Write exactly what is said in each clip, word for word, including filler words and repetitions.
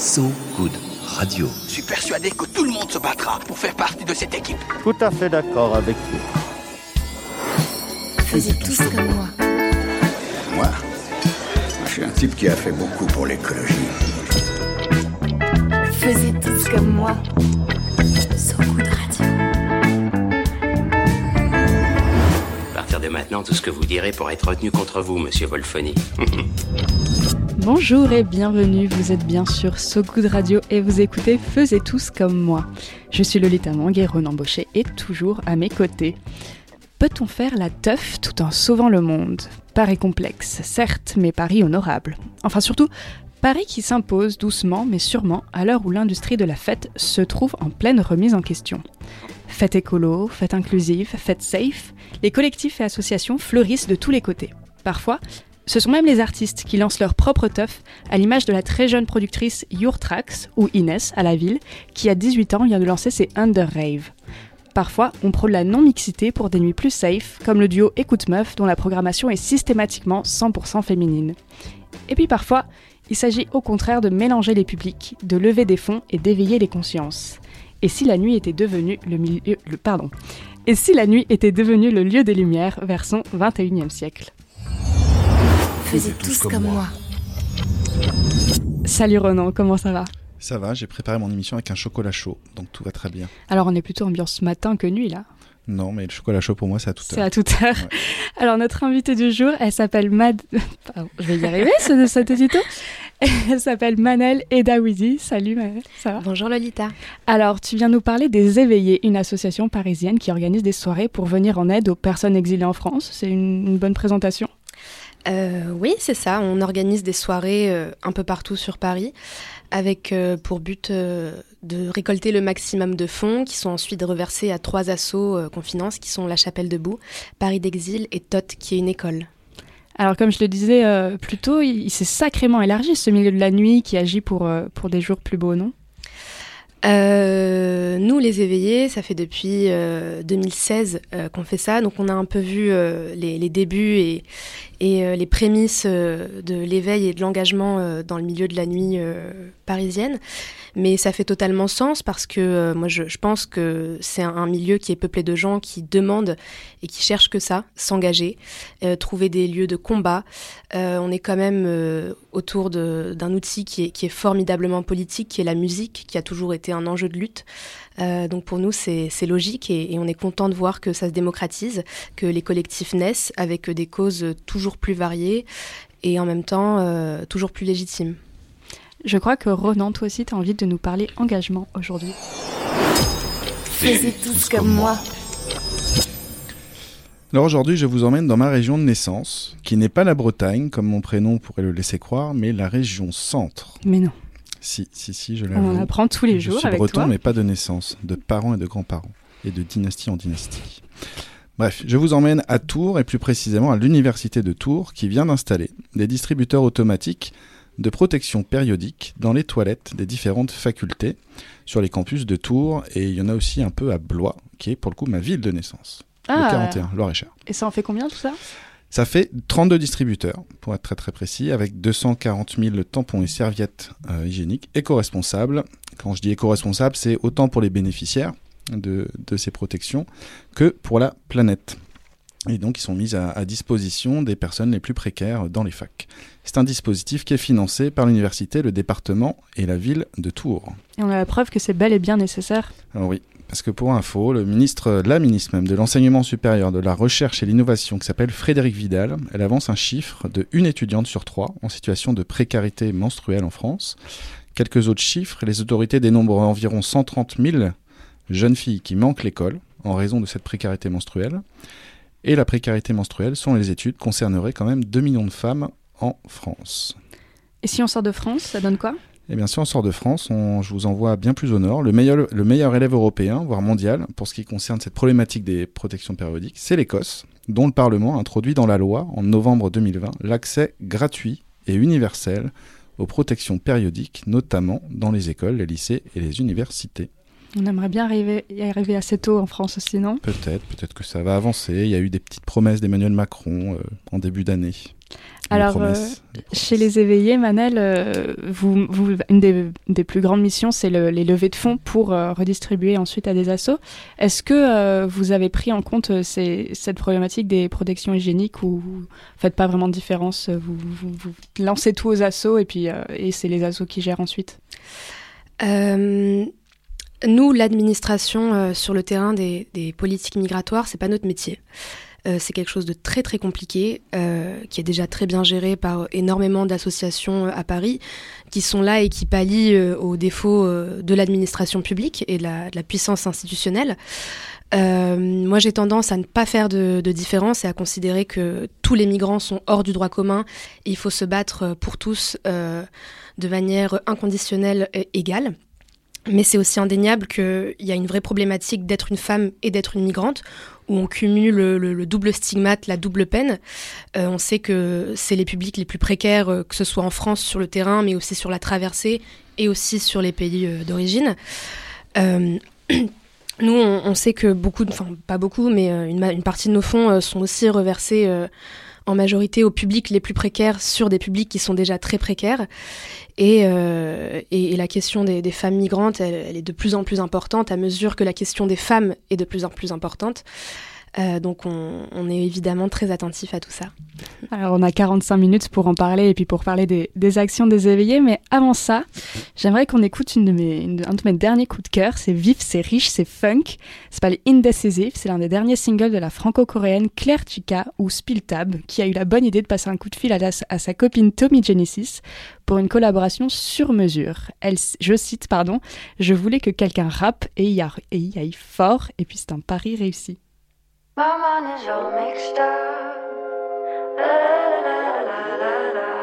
So Good Radio. Je suis persuadé que tout le monde se battra pour faire partie de cette équipe. Tout à fait d'accord avec vous. Faisiez tous comme moi. Moi, je suis un type qui a fait beaucoup pour l'écologie. Faisiez tous comme moi. So Good Radio. À partir de maintenant, tout ce que vous direz pourra être retenu contre vous, monsieur Wolfoni. Bonjour et bienvenue, vous êtes bien sur So Good Radio et vous écoutez Faisiez tous comme moi. Je suis Lolita Mang et Ronan Baucher est toujours à mes côtés. Peut-on faire la teuf tout en sauvant le monde ? Pari complexe, certes, mais pari honorable. Enfin surtout, pari qui s'impose doucement mais sûrement à l'heure où l'industrie de la fête se trouve en pleine remise en question. Fête écolo, fête inclusive, fête safe, les collectifs et associations fleurissent de tous les côtés. Parfois, ce sont même les artistes qui lancent leur propre teuf, à l'image de la très jeune productrice Your Tracks, ou Inès, à la ville, qui à dix-huit ans vient de lancer ses Under Rave. Parfois, on prône la non-mixité pour des nuits plus safe, comme le duo Écoute Meuf, dont la programmation est systématiquement cent pour cent féminine. Et puis parfois, il s'agit au contraire de mélanger les publics, de lever des fonds et d'éveiller les consciences. Et si la nuit était devenue le milieu... Le, pardon. Et si la nuit était devenue le lieu des Lumières, version vingt et unième siècle. Faisiez tous comme moi. Salut Ronan, comment ça va ? Ça va, j'ai préparé mon émission avec un chocolat chaud, donc tout va très bien. Alors on est plutôt ambiance matin que nuit là. Non, mais le chocolat chaud pour moi c'est à toute heure. C'est à toute heure. Ouais. Alors notre invitée du jour, elle s'appelle Mad... Pardon, je vais y arriver ce, cet édito. Elle s'appelle Manel Edawidi. Salut Manel, ça va ? Bonjour Lolita. Alors tu viens nous parler des Éveillés, une association parisienne qui organise des soirées pour venir en aide aux personnes exilées en France. C'est une, une bonne présentation ? Euh, oui, c'est ça. On organise des soirées euh, un peu partout sur Paris avec euh, pour but euh, de récolter le maximum de fonds qui sont ensuite reversés à trois assos euh, qu'on finance, qui sont La Chapelle Debout, Paris d'Exil et T O T, qui est une école. Alors comme je le disais euh, plus tôt, il, il s'est sacrément élargi ce milieu de la nuit qui agit pour, euh, pour des jours plus beaux, non ? Euh, nous, les éveillés, ça fait depuis euh, deux mille seize euh, qu'on fait ça, donc on a un peu vu euh, les, les débuts et, et euh, les prémices euh, de l'éveil et de l'engagement euh, dans le milieu de la nuit euh, parisienne. Mais ça fait totalement sens parce que euh, moi, je, je pense que c'est un, un milieu qui est peuplé de gens qui demandent et qui cherchent que ça, s'engager, euh, trouver des lieux de combat. Euh, on est quand même euh, autour de, d'un outil qui est, qui est formidablement politique, qui est la musique, qui a toujours été un enjeu de lutte. Euh, donc pour nous, c'est, c'est logique et, et on est content de voir que ça se démocratise, que les collectifs naissent avec des causes toujours plus variées et en même temps euh, toujours plus légitimes. Je crois que Ronan, toi aussi, tu as envie de nous parler engagement aujourd'hui. Faisiez tous comme moi. Alors aujourd'hui, je vous emmène dans ma région de naissance, qui n'est pas la Bretagne, comme mon prénom pourrait le laisser croire, mais la région centre. Mais non. Si, si, si, je l'avoue. On en apprend tous les jours avec toi. Je suis breton, mais pas de naissance, de parents et de grands-parents, et de dynastie en dynastie. Bref, je vous emmène à Tours, et plus précisément à l'université de Tours, qui vient d'installer des distributeurs automatiques de protection périodique dans les toilettes des différentes facultés sur les campus de Tours, et il y en a aussi un peu à Blois, qui est pour le coup ma ville de naissance, ah, le quarante et un, Loir-et-Cher. Et ça en fait combien tout ça ? Ça fait trente-deux distributeurs, pour être très très précis, avec deux cent quarante mille tampons et serviettes euh, hygiéniques éco-responsables. Quand je dis éco-responsables, c'est autant pour les bénéficiaires de, de ces protections que pour la planète. Et donc, ils sont mis à, à disposition des personnes les plus précaires dans les facs. C'est un dispositif qui est financé par l'université, le département et la ville de Tours. Et on a la preuve que c'est bel et bien nécessaire. Alors oui, parce que pour info, le ministre, la ministre même de l'enseignement supérieur, de la recherche et l'innovation, qui s'appelle Frédérique Vidal, elle avance un chiffre de une étudiante sur trois en situation de précarité menstruelle en France. Quelques autres chiffres, les autorités dénombrent environ cent trente mille jeunes filles qui manquent l'école en raison de cette précarité menstruelle. Et la précarité menstruelle, selon les études, concernerait quand même deux millions de femmes en France. Et si on sort de France, ça donne quoi ? Eh bien, si on sort de France, on, je vous envoie bien plus au nord. Le meilleur, le meilleur élève européen, voire mondial, pour ce qui concerne cette problématique des protections périodiques, c'est l'Écosse, dont le Parlement a introduit dans la loi, en novembre deux mille vingt, l'accès gratuit et universel aux protections périodiques, notamment dans les écoles, les lycées et les universités. On aimerait bien arriver, y arriver assez tôt en France aussi, non ? Peut-être, peut-être que ça va avancer. Il y a eu des petites promesses d'Emmanuel Macron euh, en début d'année. Alors, euh, chez les éveillés, Manel, euh, vous, vous, une des, des plus grandes missions, c'est le, les levées de fonds pour euh, redistribuer ensuite à des assos. Est-ce que euh, vous avez pris en compte ces, cette problématique des protections hygiéniques ou vous ne faites pas vraiment de différence, vous, vous, vous lancez tout aux assos et, puis, euh, et c'est les assos qui gèrent ensuite? euh, Nous, l'administration euh, sur le terrain des, des politiques migratoires, c'est pas notre métier. Euh, c'est quelque chose de très très compliqué, euh, qui est déjà très bien géré par énormément d'associations à Paris, qui sont là et qui pallient euh, aux défauts euh, de l'administration publique et de la, de la puissance institutionnelle. Euh, moi, j'ai tendance à ne pas faire de, de différence et à considérer que tous les migrants sont hors du droit commun et il faut se battre pour tous euh, de manière inconditionnelle et égale. Mais c'est aussi indéniable qu'il y a une vraie problématique d'être une femme et d'être une migrante, où on cumule le, le, le double stigmate, la double peine. Euh, on sait que c'est les publics les plus précaires, euh, que ce soit en France sur le terrain, mais aussi sur la traversée et aussi sur les pays euh, d'origine. Euh, nous, on, on sait que beaucoup, enfin pas beaucoup, mais euh, une, une partie de nos fonds euh, sont aussi reversés euh, en majorité aux publics les plus précaires sur des publics qui sont déjà très précaires. Et, euh, et, et la question des, des femmes migrantes, elle, elle est de plus en plus importante à mesure que la question des femmes est de plus en plus importante. Euh, donc on, on est évidemment très attentif à tout ça. Alors on a quarante-cinq minutes pour en parler et puis pour parler des, des actions des éveillés, mais avant ça, j'aimerais qu'on écoute une de mes, une, un de mes derniers coups de cœur. C'est vif, c'est riche, c'est funk. Ça s'appelle Indecisive, c'est l'un des derniers singles de la franco-coréenne Claire Chika ou Spiltab, qui a eu la bonne idée de passer un coup de fil à, la, à sa copine Tommy Genesis pour une collaboration sur mesure. Elle, je cite, pardon, « Je voulais que quelqu'un rappe et y, a, et y aille fort, et puis c'est un pari réussi. » My mind is all mixed up. La la la la la la.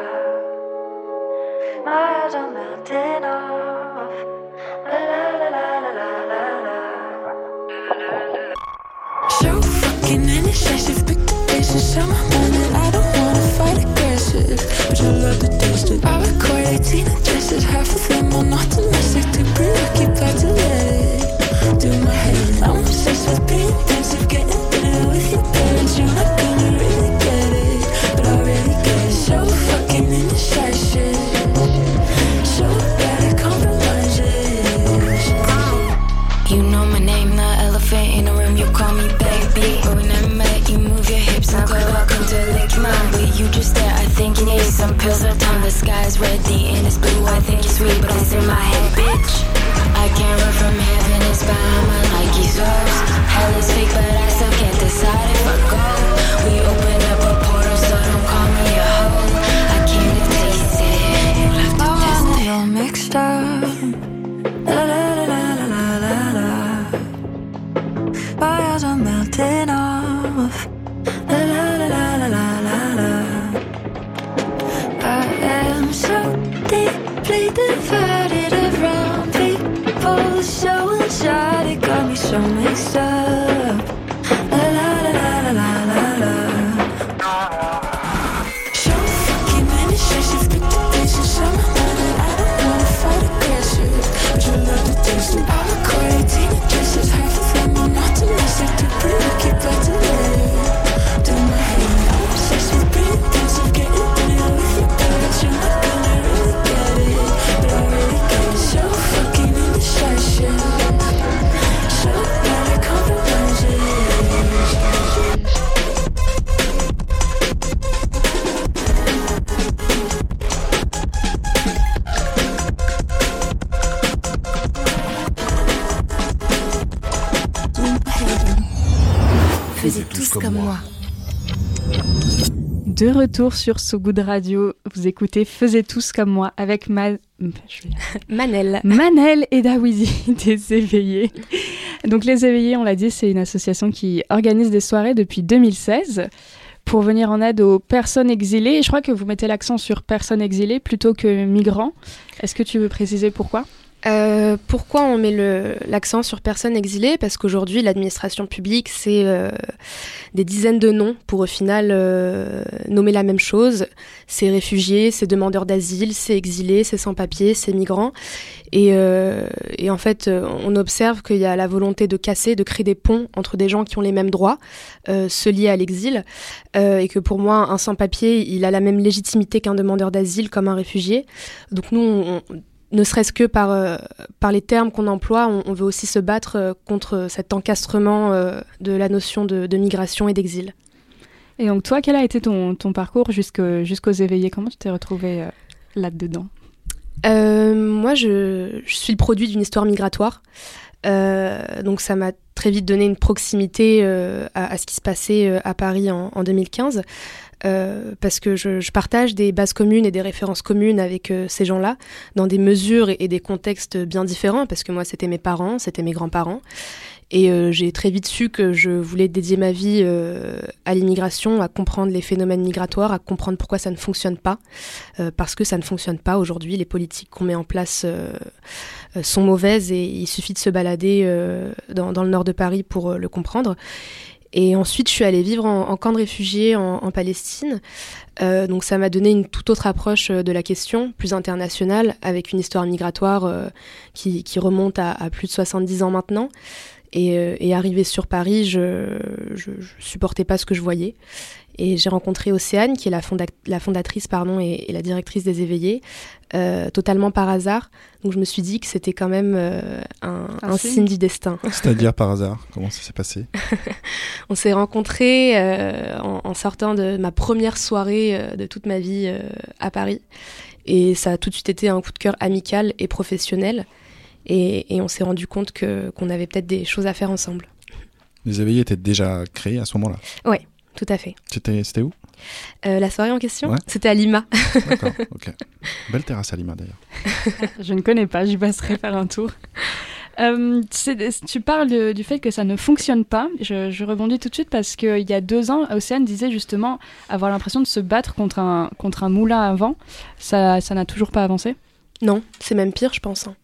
My eyes are melting off. La la la la la la la. So fucking initiative, pick the pieces. I'm running. I don't wanna fight aggressive, but you love the taste of. I record eighteen addresses, half of them are not domestic. Too pretty, I keep back to let it do my head. I'm obsessed with being intensive, getting. With your parents, you're not gonna really get it, but I really get it. So fucking indecisive, so bad at compromises. You know my name, the elephant in the room. You call me baby, but when I met you, move your hips and go welcome to Lake Mount. But you just there, I think you need some pills or time. The sky's red, the end is blue. I think you're sweet, but it's in my head, bitch. I can't run from heaven, it's behind my Nike socks. Hell is fake, but I still can't decide if I go. We open up a portal, so don't call me a hoe. I can't taste it, you left the test it. I'm all mixed up. La la la la la la la. My eyes are melting off. La la la la la la la. I am so deeply divided around people so inside, it got me so mixed up. La la la la la la la. So fucking indecisive, pick the pieces. I'm running. I don't wanna fight aggressive, but you love the taste of. I record eighteen addresses, half of them are not domestic. Too pretty, keep back to live. Do my head. I'm obsessed with being intensive, getting down with your parents. You're not gonna really get it, but I really get it. So fucking indecisive. Faisez tous comme moi. De retour sur So Good Radio, vous écoutez Faisez tous comme moi avec Ma... Je vais... Manel. Manel et Dawizi des éveillés. Donc les éveillés, on l'a dit, c'est une association qui organise des soirées depuis deux mille seize pour venir en aide aux personnes exilées. Et je crois que vous mettez l'accent sur personnes exilées plutôt que migrants. Est-ce que tu veux préciser pourquoi ? Euh, pourquoi on met le, l'accent sur personnes exilées ? Parce qu'aujourd'hui, l'administration publique, c'est euh, des dizaines de noms pour au final euh, nommer la même chose. C'est réfugiés, c'est demandeurs d'asile, c'est exilés, c'est sans-papiers, c'est migrants. Et, euh, et en fait, on observe qu'il y a la volonté de casser, de créer des ponts entre des gens qui ont les mêmes droits, euh, ceux liés à l'exil, euh, et que pour moi, un sans-papier, il a la même légitimité qu'un demandeur d'asile, comme un réfugié. Donc nous, on, ne serait-ce que par, euh, par les termes qu'on emploie, on, on veut aussi se battre euh, contre cet encastrement euh, de la notion de, de migration et d'exil. Et donc toi, quel a été ton, ton parcours jusqu'au, jusqu'aux éveillés ? Comment tu t'es retrouvée euh, là-dedans ? euh, Moi, je, je suis le produit d'une histoire migratoire. Euh, donc ça m'a très vite donné une proximité euh, à, à ce qui se passait euh, à Paris en, en deux mille quinze. Euh, parce que je, je partage des bases communes et des références communes avec euh, ces gens-là, dans des mesures et, et des contextes bien différents, parce que moi, c'était mes parents, c'était mes grands-parents. Et euh, j'ai très vite su que je voulais dédier ma vie euh, à l'immigration, à comprendre les phénomènes migratoires, à comprendre pourquoi ça ne fonctionne pas, euh, parce que ça ne fonctionne pas aujourd'hui. Les politiques qu'on met en place euh, euh, sont mauvaises et il suffit de se balader euh, dans, dans le nord de Paris pour euh, le comprendre. Et ensuite, je suis allée vivre en, en camp de réfugiés en, en Palestine. Euh, donc ça m'a donné une toute autre approche de la question, plus internationale, avec une histoire migratoire euh, qui, qui remonte à, à plus de soixante-dix ans maintenant. Et, euh, et arrivée sur Paris, je, je, je supportais pas ce que je voyais. Et j'ai rencontré Océane, qui est la, fonda- la fondatrice pardon, et, et la directrice des Éveillés, euh, totalement par hasard. Donc je me suis dit que c'était quand même euh, un, un, un signe du destin. C'est-à-dire par hasard ? Comment ça s'est passé ? On s'est rencontrés euh, en, en sortant de ma première soirée euh, de toute ma vie euh, à Paris. Et ça a tout de suite été un coup de cœur amical et professionnel. Et, et on s'est rendu compte que, qu'on avait peut-être des choses à faire ensemble. Les Éveillés étaient déjà créés à ce moment-là ? Oui, tout à fait. C'était, c'était où ? euh, La soirée en question, ouais. C'était à Lima. D'accord, ok. Belle terrasse à Lima d'ailleurs. Je ne connais pas, j'y passerai faire un tour. Euh, c'est, tu parles de, du fait que ça ne fonctionne pas. Je, je rebondis tout de suite parce qu'il y a deux ans, Océane disait justement avoir l'impression de se battre contre un, contre un moulin à vent. Ça, ça n'a toujours pas avancé ? Non, c'est même pire, je pense. Hein.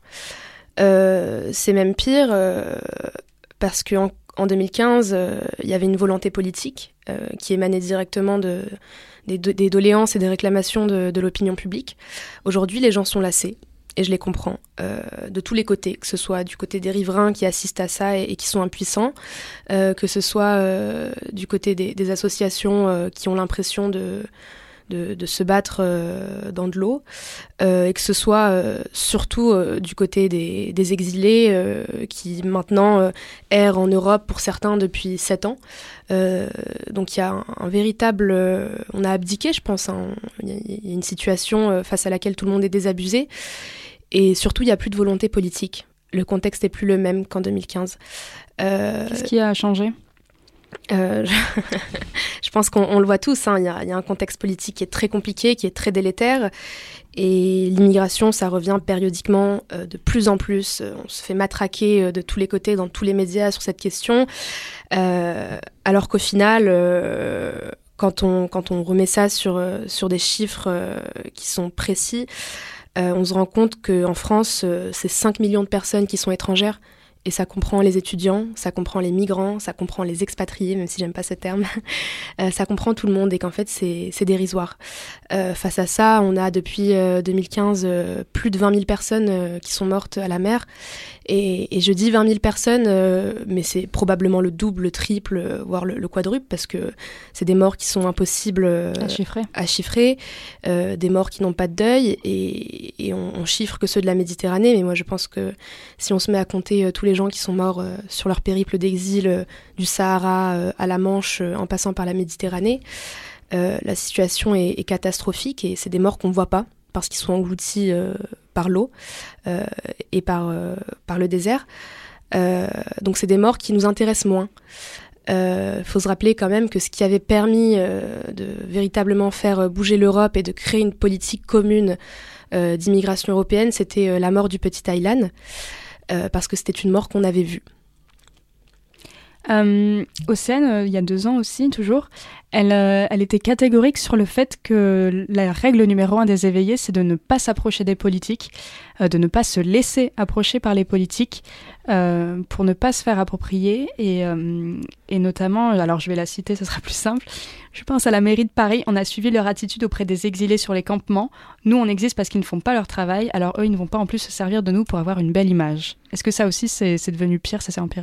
Euh, c'est même pire euh, parce qu'en en deux mille quinze, il euh, y avait une volonté politique euh, qui émanait directement de, des, de, des doléances et des réclamations de, de l'opinion publique. Aujourd'hui, les gens sont lassés. Et je les comprends, euh, de tous les côtés, que ce soit du côté des riverains qui assistent à ça et, et qui sont impuissants, euh, que ce soit euh, du côté des, des associations euh, qui ont l'impression de, de, de se battre euh, dans de l'eau, euh, et que ce soit euh, surtout euh, du côté des, des exilés euh, qui maintenant euh, errent en Europe pour certains depuis sept ans. Euh, donc il y a un, un véritable... Euh, on a abdiqué, je pense. Hein, il y a une situation euh, face à laquelle tout le monde est désabusé. Et surtout, il n'y a plus de volonté politique. Le contexte n'est plus le même qu'en deux mille quinze. Euh, Qu'est-ce qui a changé ? euh, je, je pense qu'on on le voit tous. Hein. Il y a, il y a un contexte politique qui est très compliqué, qui est très délétère. Et l'immigration, ça revient périodiquement euh, de plus en plus. On se fait matraquer euh, de tous les côtés, dans tous les médias sur cette question. Euh, alors qu'au final... Euh, quand on, quand on remet ça sur, euh, sur des chiffres euh, qui sont précis, Euh, on se rend compte qu'en France, euh, c'est cinq millions de personnes qui sont étrangères. Et ça comprend les étudiants, ça comprend les migrants, ça comprend les expatriés, même si j'aime pas ce terme. euh, ça comprend tout le monde et qu'en fait, c'est, c'est dérisoire. Euh, face à ça, on a depuis euh, deux mille quinze euh, plus de vingt mille personnes euh, qui sont mortes à la mer. Et, et je dis vingt mille personnes, euh, mais c'est probablement le double, le triple, euh, voire le, le quadruple, parce que c'est des morts qui sont impossibles euh, à chiffrer, à chiffrer euh, des morts qui n'ont pas de deuil, et, et on, on chiffre que ceux de la Méditerranée, mais moi je pense que si on se met à compter euh, tous les gens qui sont morts euh, sur leur périple d'exil euh, du Sahara euh, à la Manche, euh, en passant par la Méditerranée, euh, la situation est, est catastrophique, et c'est des morts qu'on ne voit pas, parce qu'ils sont engloutis euh, par l'eau euh, et par, euh, par le désert. Euh, donc c'est des morts qui nous intéressent moins. Il euh, faut se rappeler quand même que ce qui avait permis euh, de véritablement faire bouger l'Europe et de créer une politique commune euh, d'immigration européenne, c'était euh, la mort du petit Aylan, euh, parce que c'était une mort qu'on avait vue. Euh, Océane, euh, il y a deux ans aussi, toujours, elle, euh, elle était catégorique sur le fait que la règle numéro un des éveillés, c'est de ne pas s'approcher des politiques, euh, de ne pas se laisser approcher par les politiques euh, pour ne pas se faire approprier. Et, euh, et notamment, alors je vais la citer, ce sera plus simple, je pense à la mairie de Paris, on a suivi leur attitude auprès des exilés sur les campements. Nous, on existe parce qu'ils ne font pas leur travail, alors eux, ils ne vont pas en plus se servir de nous pour avoir une belle image. Est-ce que ça aussi, c'est, c'est devenu pire, ça s'est empiré ?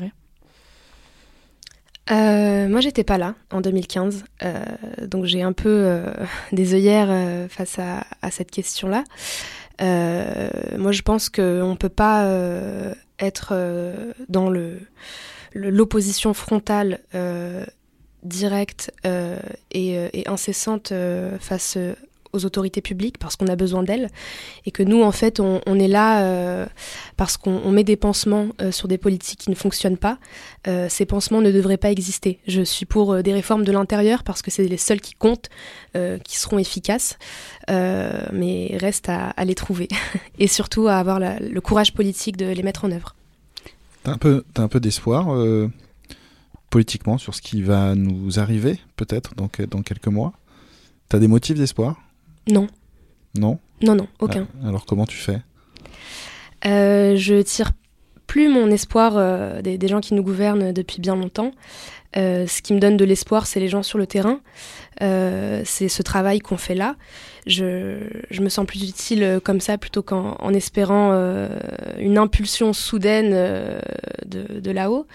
Euh, moi, j'étais pas là en deux mille quinze, euh, donc j'ai un peu euh, des œillères euh, face à, à cette question-là. Euh, moi, je pense qu'on peut pas euh, être euh, dans le, le l'opposition frontale euh, directe euh, et, et incessante euh, face aux autorités publiques parce qu'on a besoin d'elles et que nous en fait on, on est là euh, parce qu'on on met des pansements euh, sur des politiques qui ne fonctionnent pas. Euh, ces pansements ne devraient pas exister. Je suis pour euh, des réformes de l'intérieur parce que c'est les seules qui comptent, euh, qui seront efficaces, euh, mais reste à, à les trouver et surtout à avoir la, le courage politique de les mettre en œuvre. T'as un peu, t'as un peu d'espoir euh, politiquement sur ce qui va nous arriver peut-être dans, dans quelques mois. T'as des motifs d'espoir ? Non. Non ? Non, non, aucun. Ah, alors comment tu fais ? euh, Je tire plus mon espoir euh, des, des gens qui nous gouvernent depuis bien longtemps. Euh, ce qui me donne de l'espoir, c'est les gens sur le terrain. Euh, c'est ce travail qu'on fait là. Je, je me sens plus utile comme ça plutôt qu'en en espérant euh, une impulsion soudaine euh, de, de là-haut.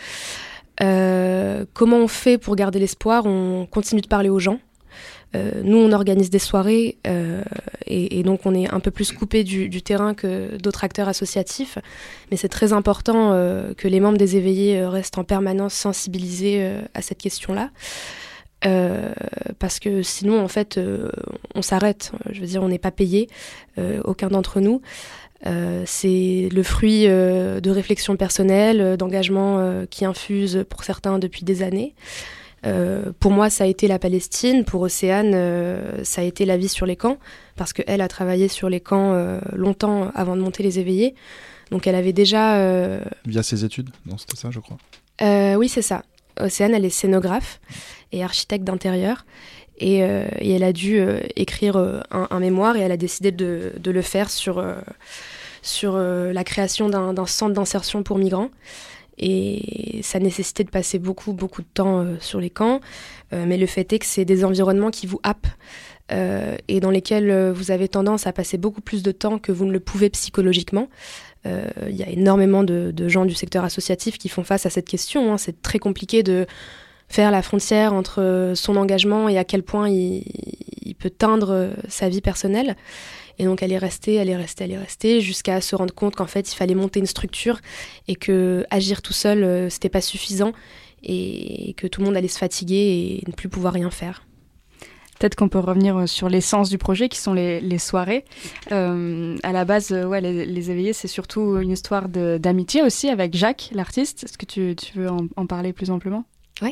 Euh, comment on fait pour garder l'espoir ? On continue de parler aux gens. Euh, nous, on organise des soirées euh, et, et donc on est un peu plus coupé du, du terrain que d'autres acteurs associatifs. Mais c'est très important euh, que les membres des éveillés euh, restent en permanence sensibilisés euh, à cette question-là. Euh, parce que sinon, en fait, euh, on s'arrête. Je veux dire, on n'est pas payé, euh, aucun d'entre nous. Euh, c'est le fruit euh, de réflexions personnelles, d'engagements euh, qui infusent pour certains depuis des années. Euh, pour moi, ça a été la Palestine. Pour Océane, euh, ça a été la vie sur les camps, parce qu'elle a travaillé sur les camps euh, longtemps avant de monter les éveillés. Donc elle avait déjà... Euh... Via ses études ? Non, c'était ça, je crois. Euh, oui, c'est ça. Océane, elle est scénographe et architecte d'intérieur. Et, euh, et elle a dû euh, écrire euh, un, un mémoire et elle a décidé de, de le faire sur, euh, sur euh, la création d'un, d'un centre d'insertion pour migrants. Et ça nécessitait de passer beaucoup, beaucoup de temps euh, sur les camps. Euh, mais le fait est que c'est des environnements qui vous happent euh, et dans lesquels euh, vous avez tendance à passer beaucoup plus de temps que vous ne le pouvez psychologiquement. Il euh, y a énormément de, de gens du secteur associatif qui font face à cette question. Hein. C'est très compliqué de faire la frontière entre son engagement et à quel point il, il peut teindre sa vie personnelle. Et donc elle est restée, elle est restée, elle est restée, jusqu'à se rendre compte qu'en fait il fallait monter une structure et que agir tout seul, euh, c'était pas suffisant et que tout le monde allait se fatiguer et ne plus pouvoir rien faire. Peut-être qu'on peut revenir sur l'essence du projet, qui sont les, les soirées. Euh, à la base, ouais, les, les éveillés, c'est surtout une histoire de, d'amitié aussi avec Jacques, l'artiste. Est-ce que tu, tu veux en, en parler plus amplement ? Oui.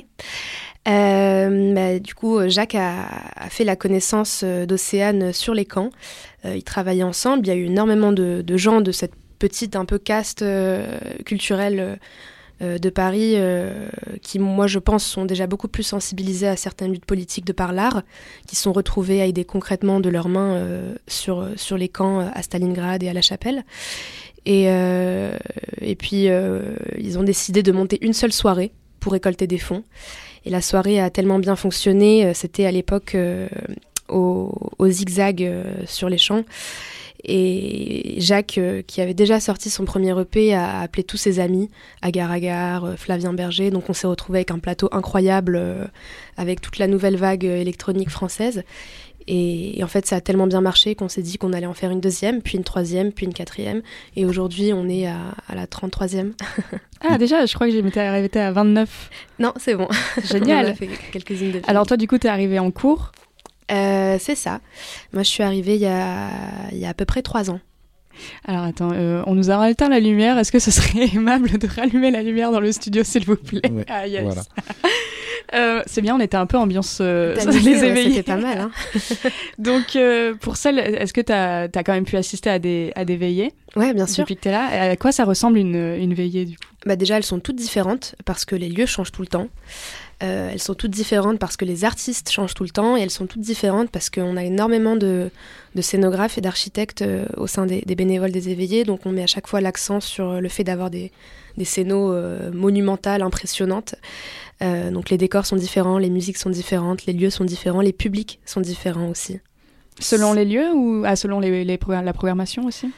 Euh, bah, du coup, Jacques a, a fait la connaissance d'Océane sur les camps. Euh, ils travaillaient ensemble. Il y a eu énormément de, de gens de cette petite un peu caste euh, culturelle euh, de Paris euh, qui, moi, je pense, sont déjà beaucoup plus sensibilisés à certaines luttes politiques de par l'art, qui sont retrouvés à aider concrètement de leurs mains euh, sur, sur les camps à Stalingrad et à La Chapelle. Et, euh, et puis, euh, ils ont décidé de monter une seule soirée pour récolter des fonds. Et la soirée a tellement bien fonctionné, c'était à l'époque euh, au, au zigzag euh, sur les champs. Et Jacques, euh, qui avait déjà sorti son premier E P, a appelé tous ses amis, Agar Agar, euh, Flavien Berger. Donc on s'est retrouvés avec un plateau incroyable, euh, avec toute la nouvelle vague euh, électronique française. Et, et en fait, ça a tellement bien marché qu'on s'est dit qu'on allait en faire une deuxième, puis une troisième, puis une quatrième. Et aujourd'hui, on est à, à la trente-troisième. Ah, déjà, je crois que j'étais arrivée à vingt-neuf. Non, c'est bon. Génial. On a fait quelques-unes depuis. Alors toi, du coup, t'es arrivée en cours ? euh, C'est ça. Moi, je suis arrivée il y a, il y a à peu près trois ans. Alors attends, euh, on nous a éteint la lumière. Est-ce que ce serait aimable de rallumer la lumière dans le studio, s'il vous plaît ? Ouais, ah, yes. Voilà. Euh, c'est bien, on était un peu ambiance euh, les éveillés. C'était pas mal. Hein. Donc, euh, pour celle, est-ce que tu as quand même pu assister à des, à des veillées ? Ouais, bien sûr. Depuis que tu es là. À quoi ça ressemble une, une veillée, du coup ? bah déjà, elles sont toutes différentes parce que les lieux changent tout le temps. Euh, elles sont toutes différentes parce que les artistes changent tout le temps et elles sont toutes différentes parce qu'on a énormément de, de scénographes et d'architectes euh, au sein des, des bénévoles des éveillés. Donc on met à chaque fois l'accent sur le fait d'avoir des, des scénos euh, monumentales, impressionnantes. Euh, donc les décors sont différents, les musiques sont différentes, les lieux sont différents, les publics sont différents aussi. Selon les lieux ou ah, selon les, les pro- la programmation aussi?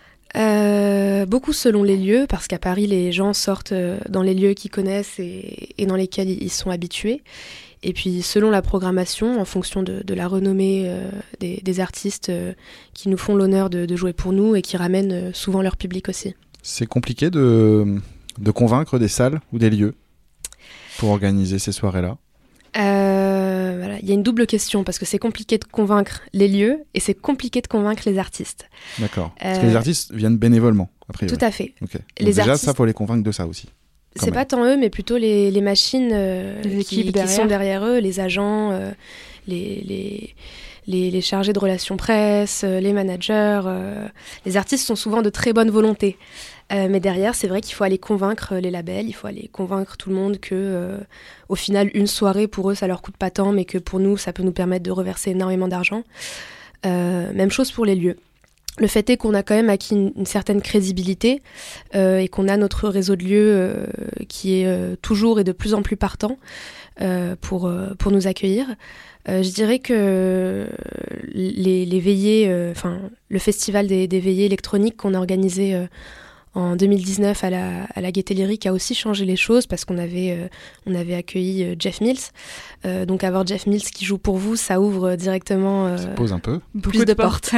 Euh, beaucoup selon les lieux, parce qu'à Paris, les gens sortent dans les lieux qu'ils connaissent et, et dans lesquels ils sont habitués. Et puis selon la programmation, en fonction de, de la renommée euh, des, des artistes euh, qui nous font l'honneur de, de jouer pour nous et qui ramènent euh, souvent leur public aussi. C'est compliqué de, de convaincre des salles ou des lieux pour organiser ces soirées-là? Euh, voilà. Il y a une double question, parce que c'est compliqué de convaincre les lieux et c'est compliqué de convaincre les artistes. D'accord. Parce Euh, que les artistes viennent bénévolement, après. Tout à fait. Okay. Les déjà, artistes- ça, faut les convaincre de ça aussi. quand C'est même. pas tant eux, mais plutôt les, les machines euh, Les qui, équipes qui derrière. sont derrière eux, les agents, euh, les, les, les, les chargés de relations presse, euh, les managers. euh. Les artistes sont souvent de très bonne volonté. Euh, mais derrière, c'est vrai qu'il faut aller convaincre les labels, il faut aller convaincre tout le monde que, euh, au final, une soirée, pour eux, ça leur coûte pas tant, mais que pour nous, ça peut nous permettre de reverser énormément d'argent. Euh, même chose pour les lieux. Le fait est qu'on a quand même acquis une, une certaine crédibilité euh, et qu'on a notre réseau de lieux euh, qui est euh, toujours et de plus en plus partant euh, pour, euh, pour nous accueillir. Euh, je dirais que les, les veillées, enfin euh, le festival des, des veillées électroniques qu'on a organisé euh, en deux mille dix-neuf à la, à la Gaîté Lyrique a aussi changé les choses parce qu'on avait, euh, on avait accueilli euh, Jeff Mills. Euh, donc avoir Jeff Mills qui joue pour vous, ça ouvre directement euh, Ça pose un peu. plus de portes.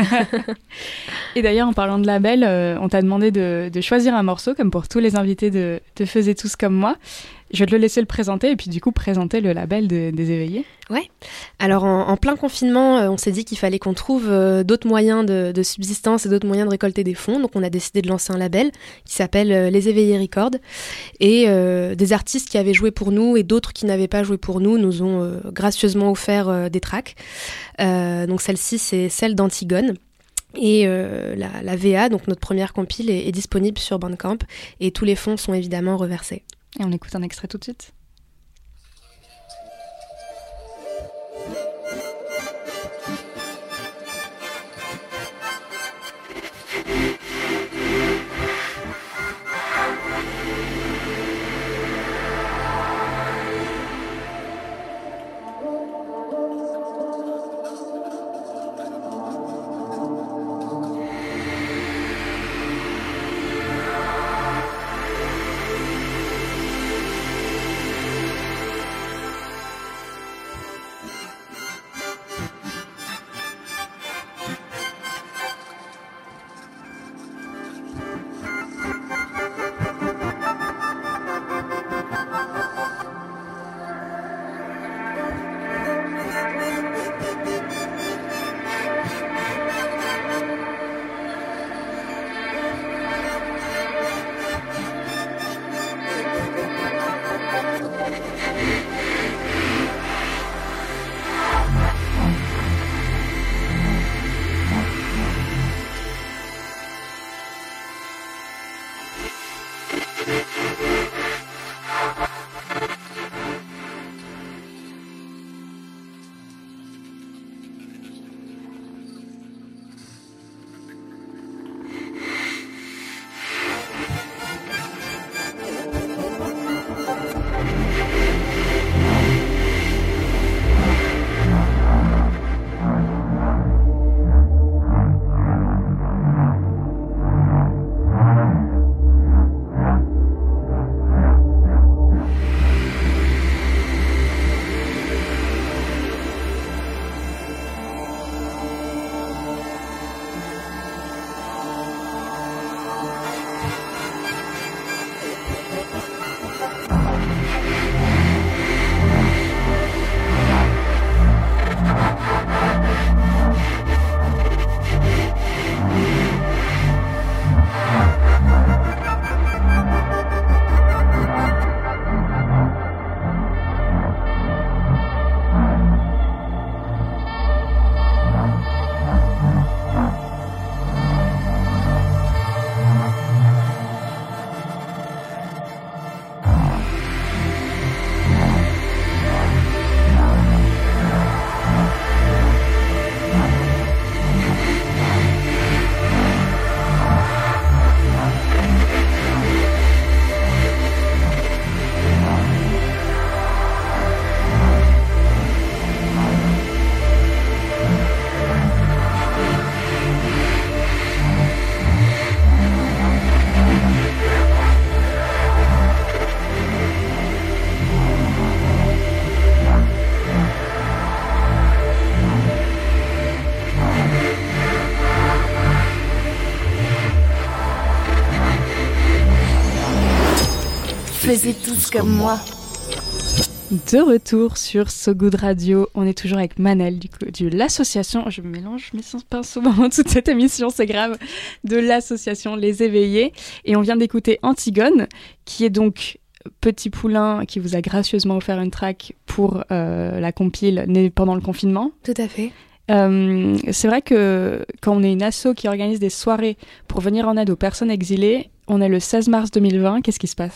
Et d'ailleurs, en parlant de label, euh, on t'a demandé de, de choisir un morceau, comme pour tous les invités de, de Faisez tous comme moi. Je vais te le laisser le présenter et puis du coup présenter le label de- des éveillés. Ouais. Alors en, en plein confinement, euh, on s'est dit qu'il fallait qu'on trouve euh, d'autres moyens de, de subsistance et d'autres moyens de récolter des fonds. Donc on a décidé de lancer un label qui s'appelle euh, Les Éveillés Records. Et euh, des artistes qui avaient joué pour nous et d'autres qui n'avaient pas joué pour nous nous ont euh, gracieusement offert euh, des tracks. Euh, donc celle-ci, c'est celle d'Antigone. Et euh, la, la V A, donc notre première compile, est, est disponible sur Bandcamp. Et tous les fonds sont évidemment reversés. Et on écoute un extrait tout de suite. Thank Faisiez tous comme moi. De retour sur So Good Radio, on est toujours avec Manel du coup, de l'association, je mélange mes pinceaux pendant toute cette émission, c'est grave, de l'association Les Éveillés. Et on vient d'écouter Antigone, qui est donc Petit Poulain qui vous a gracieusement offert une track pour euh, la compile née pendant le confinement. Tout à fait. Euh, c'est vrai que quand on est une asso qui organise des soirées pour venir en aide aux personnes exilées, on est le seize mars deux mille vingt, qu'est-ce qui se passe ?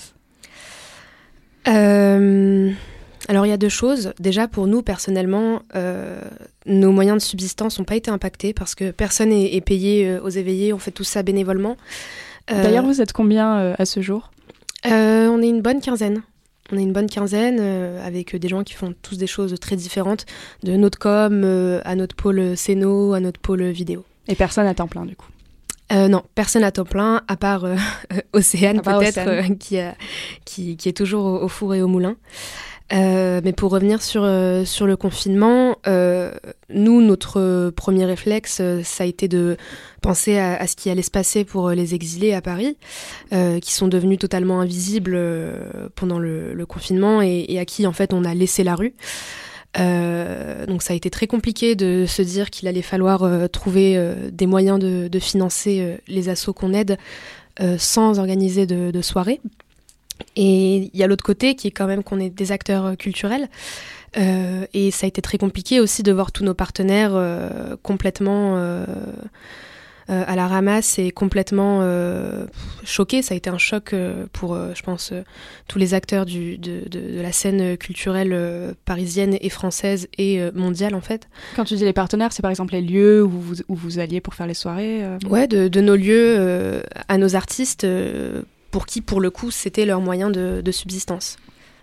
euh... Alors il y a deux choses. Déjà pour nous personnellement, euh, nos moyens de subsistance n'ont pas été impactés parce que personne est, est payé euh, aux éveillés, on fait tout ça bénévolement. Euh, D'ailleurs vous êtes combien euh, à ce jour ? euh, On est une bonne quinzaine. On est une bonne quinzaine euh, avec des gens qui font tous des choses très différentes, de notre com euh, à notre pôle scéno, à notre pôle vidéo. Et personne à temps plein du coup ? Euh, non, personne à temps plein, à part euh, Océane à part peut-être, Océane. Euh, qui, a, qui, qui est toujours au, au four et au moulin. Euh, mais pour revenir sur, euh, sur le confinement, euh, nous, notre premier réflexe, euh, ça a été de penser à, à ce qui allait se passer pour les exilés à Paris, euh, qui sont devenus totalement invisibles euh, pendant le, le confinement et, et à qui, en fait, on a laissé la rue. Euh, donc ça a été très compliqué de se dire qu'il allait falloir euh, trouver euh, des moyens de, de financer euh, les assos qu'on aide euh, sans organiser de, de soirées. Et il y a l'autre côté qui est quand même qu'on est des acteurs culturels euh, et ça a été très compliqué aussi de voir tous nos partenaires euh, complètement euh, euh, à la ramasse et complètement euh, choqués. Ça a été un choc euh, pour, euh, je pense, euh, tous les acteurs du, de, de, de la scène culturelle euh, parisienne et française et euh, mondiale en fait. Quand tu dis les partenaires, c'est par exemple les lieux où vous, où vous alliez pour faire les soirées euh... Ouais, de, de nos lieux euh, à nos artistes euh, pour qui, pour le coup, c'était leur moyen de, de subsistance.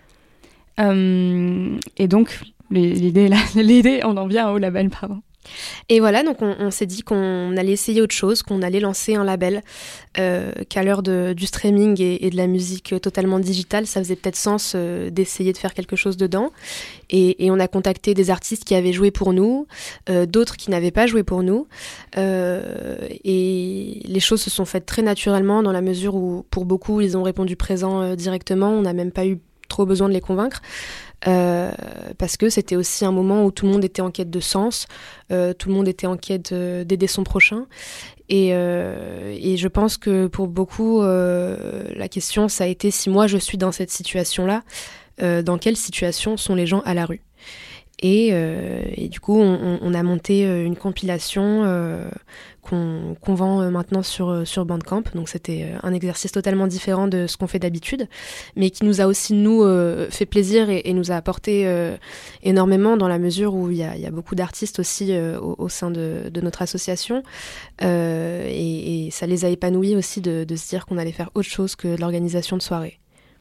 Euh, et donc, l'idée, là, l'idée, on en vient au label, pardon. Et voilà, donc on, on s'est dit qu'on allait essayer autre chose, qu'on allait lancer un label, euh, qu'à l'heure de, du streaming et, et de la musique totalement digitale, ça faisait peut-être sens euh, d'essayer de faire quelque chose dedans. Et, et on a contacté des artistes qui avaient joué pour nous, euh, d'autres qui n'avaient pas joué pour nous. Euh, et les choses se sont faites très naturellement dans la mesure où, pour beaucoup, ils ont répondu présent euh, directement. On n'a même pas eu trop besoin de les convaincre. Euh, parce que c'était aussi un moment où tout le monde était en quête de sens, euh, tout le monde était en quête euh, d'aider son prochain. Et, euh, et je pense que pour beaucoup, euh, la question, ça a été si moi je suis dans cette situation-là, euh, dans quelle situation sont les gens à la rue ? Et, euh, et du coup, on, on a monté une compilation euh, qu'on, qu'on vend maintenant sur, sur Bandcamp. Donc c'était un exercice totalement différent de ce qu'on fait d'habitude, mais qui nous a aussi, nous, euh, fait plaisir et, et nous a apporté euh, énormément dans la mesure où il y a, il y a beaucoup d'artistes aussi euh, au, au sein de, de notre association. Euh, et, et ça les a épanouis aussi de, de se dire qu'on allait faire autre chose que de l'organisation de soirées.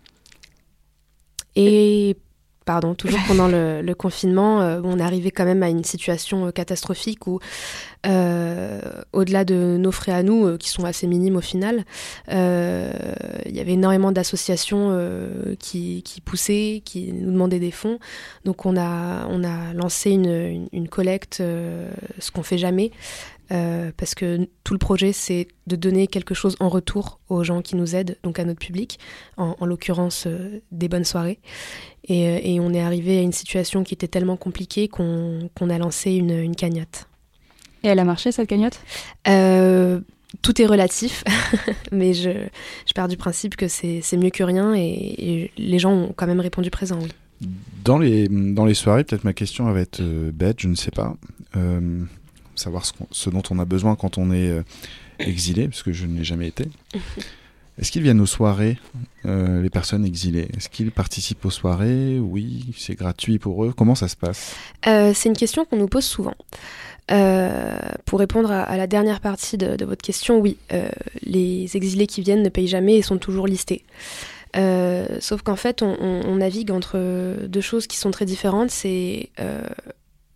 Et... Pardon, toujours pendant le, le confinement, euh, on est arrivé quand même à une situation euh, catastrophique où, euh, au-delà de nos frais à nous, euh, qui sont assez minimes au final, euh, il y avait énormément d'associations euh, qui, qui poussaient, qui nous demandaient des fonds. Donc on a, on a lancé une, une, une collecte, euh, ce qu'on fait jamais, euh, parce que tout le projet, c'est de donner quelque chose en retour aux gens qui nous aident, donc à notre public, en, en l'occurrence euh, des bonnes soirées. Et, et on est arrivé à une situation qui était tellement compliquée qu'on, qu'on a lancé une, une cagnotte. Et elle a marché, cette cagnotte ? euh, Tout est relatif, mais je, je pars du principe que c'est, c'est mieux que rien et, et les gens ont quand même répondu présent, oui. Dans les, dans les soirées, peut-être ma question va être euh, bête, je ne sais pas. Euh, savoir ce, ce dont on a besoin quand on est euh, exilé, parce que je ne l'ai jamais été. Est-ce qu'ils viennent aux soirées, euh, les personnes exilées ? Est-ce qu'ils participent aux soirées ? Oui, c'est gratuit pour eux. Comment ça se passe ? euh, C'est une question qu'on nous pose souvent. Euh, pour répondre à, à la dernière partie de, de votre question, oui, euh, les exilés qui viennent ne payent jamais et sont toujours listés. Euh, sauf qu'en fait, on, on, on navigue entre deux choses qui sont très différentes. C'est euh,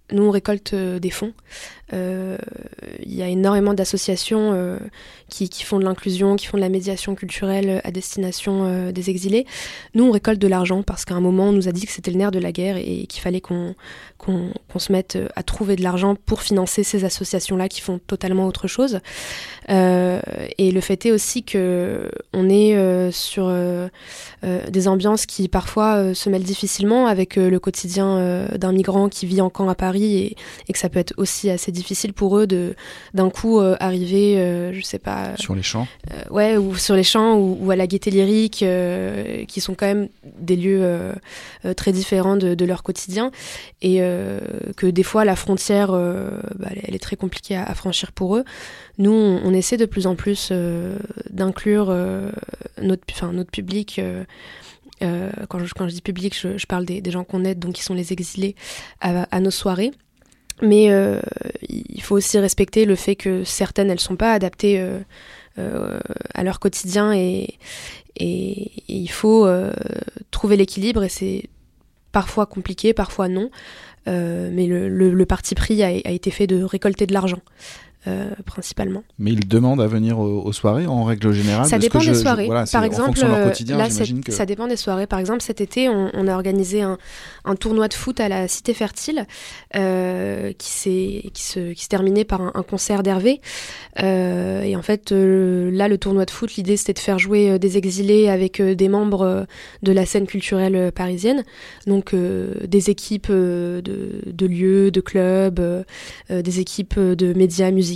nous on récolte euh, des fonds. Il euh, y a énormément d'associations euh, qui, qui font de l'inclusion, qui font de la médiation culturelle à destination euh, des exilés. Nous, on récolte de l'argent parce qu'à un moment, on nous a dit que c'était le nerf de la guerre et qu'il fallait qu'on, qu'on, qu'on se mette à trouver de l'argent pour financer ces associations-là qui font totalement autre chose. Euh, et le fait est aussi qu'on est euh, sur euh, euh, des ambiances qui parfois euh, se mêlent difficilement avec euh, le quotidien euh, d'un migrant qui vit en camp à Paris et, et que ça peut être aussi assez difficile pour eux de d'un coup euh, arriver euh, je sais pas sur les champs euh, ouais ou sur les champs ou, ou à la Gaîté Lyrique euh, qui sont quand même des lieux euh, euh, très différents de, de leur quotidien et euh, que des fois la frontière euh, bah, elle est très compliquée à, à franchir pour eux. Nous on, on essaie de plus en plus euh, d'inclure euh, notre enfin notre public euh, euh, quand je quand je dis public je, je parle des, des gens qu'on aide donc qui sont les exilés à, à nos soirées. Mais euh, il faut aussi respecter le fait que certaines, elles sont pas adaptées euh, euh, à leur quotidien et, et, et il faut euh, trouver l'équilibre et c'est parfois compliqué, parfois non. Euh, mais le, le, le parti pris a, a été fait de récolter de l'argent. Euh, principalement. Mais ils demandent à venir aux, aux soirées en règle générale. Ça dépend des je, soirées. Je, voilà, Par exemple, de leur quotidien, là, que... ça dépend des soirées. Par exemple, cet été, on, on a organisé un, un tournoi de foot à la Cité Fertile euh, qui s'est qui se qui se terminait par un, un concert d'Hervé. Euh, et en fait, euh, là, le tournoi de foot, l'idée c'était de faire jouer euh, des exilés avec euh, des membres euh, de la scène culturelle euh, parisienne. Donc euh, des équipes euh, de, de lieux, de clubs, euh, euh, des équipes de médias musicaux.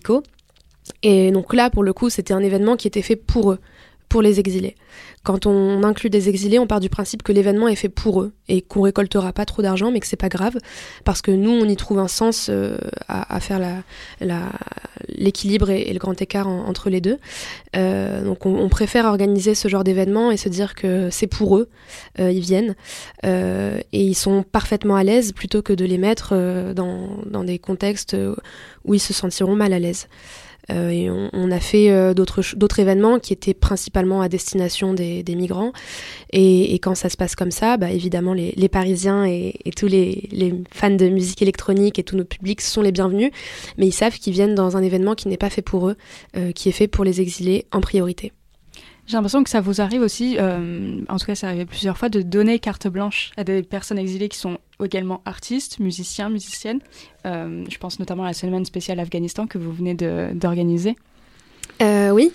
Et donc là, pour le coup, c'était un événement qui était fait pour eux, pour les exilés. Quand on inclut des exilés, on part du principe que l'événement est fait pour eux et qu'on récoltera pas trop d'argent, mais que c'est pas grave, parce que nous, on y trouve un sens euh, à, à faire la, la, l'équilibre et, et le grand écart en, entre les deux. Euh, donc on, on préfère organiser ce genre d'événement et se dire que c'est pour eux, euh, ils viennent, euh, et ils sont parfaitement à l'aise, plutôt que de les mettre euh, dans, dans des contextes où ils se sentiront mal à l'aise. Euh, et on, on a fait euh, d'autres, d'autres événements qui étaient principalement à destination des, des migrants. Et, et quand ça se passe comme ça, bah, évidemment, les, les Parisiens et, et tous les, les fans de musique électronique et tous nos publics sont les bienvenus. Mais ils savent qu'ils viennent dans un événement qui n'est pas fait pour eux, euh, qui est fait pour les exilés en priorité. J'ai l'impression que ça vous arrive aussi, euh, en tout cas ça arrivé plusieurs fois, de donner carte blanche à des personnes exilées qui sont également artistes, musiciens, musiciennes. Euh, je pense notamment à la semaine spéciale Afghanistan que vous venez de, d'organiser. Euh, oui.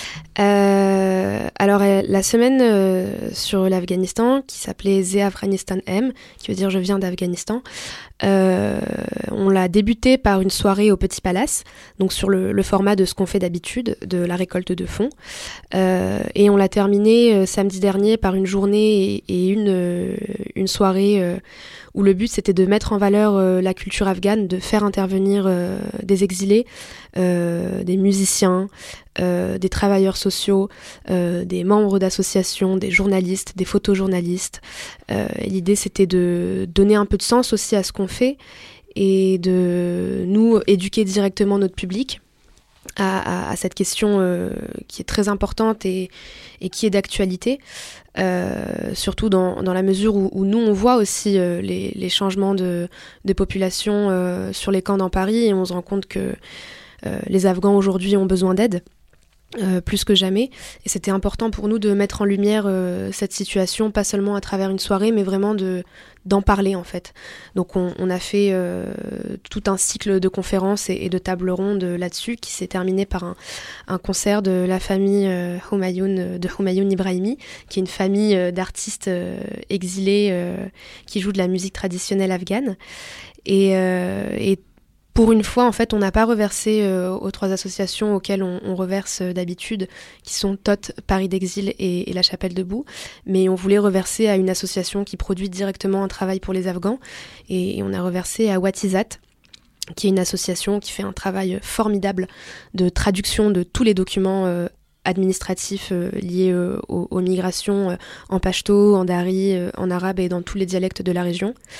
Euh, alors euh, la semaine euh, sur l'Afghanistan, qui s'appelait The Afghanistan M, qui veut dire je viens d'Afghanistan, euh, on l'a débuté par une soirée au Petit Palace, donc sur le, le format de ce qu'on fait d'habitude, de la récolte de fonds, euh, et on l'a terminé euh, samedi dernier par une journée et, et une, euh, une soirée euh, où le but c'était de mettre en valeur euh, la culture afghane, de faire intervenir euh, des exilés, euh, des musiciens, euh, des travailleurs sociaux, euh, des membres d'associations, des journalistes, des photojournalistes. Euh, et l'idée c'était de donner un peu de sens aussi à ce qu'on fait et de nous éduquer directement notre public à, à, à cette question euh, qui est très importante et, et qui est d'actualité, euh, surtout dans, dans la mesure où, où nous on voit aussi euh, les, les changements de, de population euh, sur les camps dans Paris et on se rend compte que euh, les Afghans aujourd'hui ont besoin d'aide. Euh, plus que jamais, et c'était important pour nous de mettre en lumière euh, cette situation, pas seulement à travers une soirée, mais vraiment de, d'en parler en fait. Donc on, on a fait euh, tout un cycle de conférences et, et de tables rondes là-dessus, qui s'est terminé par un, un concert de la famille euh, Humayun, de Humayun Ibrahimi, qui est une famille euh, d'artistes euh, exilés euh, qui jouent de la musique traditionnelle afghane. Et, euh, et pour une fois, en fait, on n'a pas reversé euh, aux trois associations auxquelles on, on reverse euh, d'habitude, qui sont T O T, Paris d'Exil et, et La Chapelle Debout, mais on voulait reverser à une association qui produit directement un travail pour les Afghans, et, et on a reversé à Watizat, qui est une association qui fait un travail formidable de traduction de tous les documents euh, administratifs euh, liés euh, aux, aux migrations euh, en pachto, en dari, euh, en arabe et dans tous les dialectes de la région.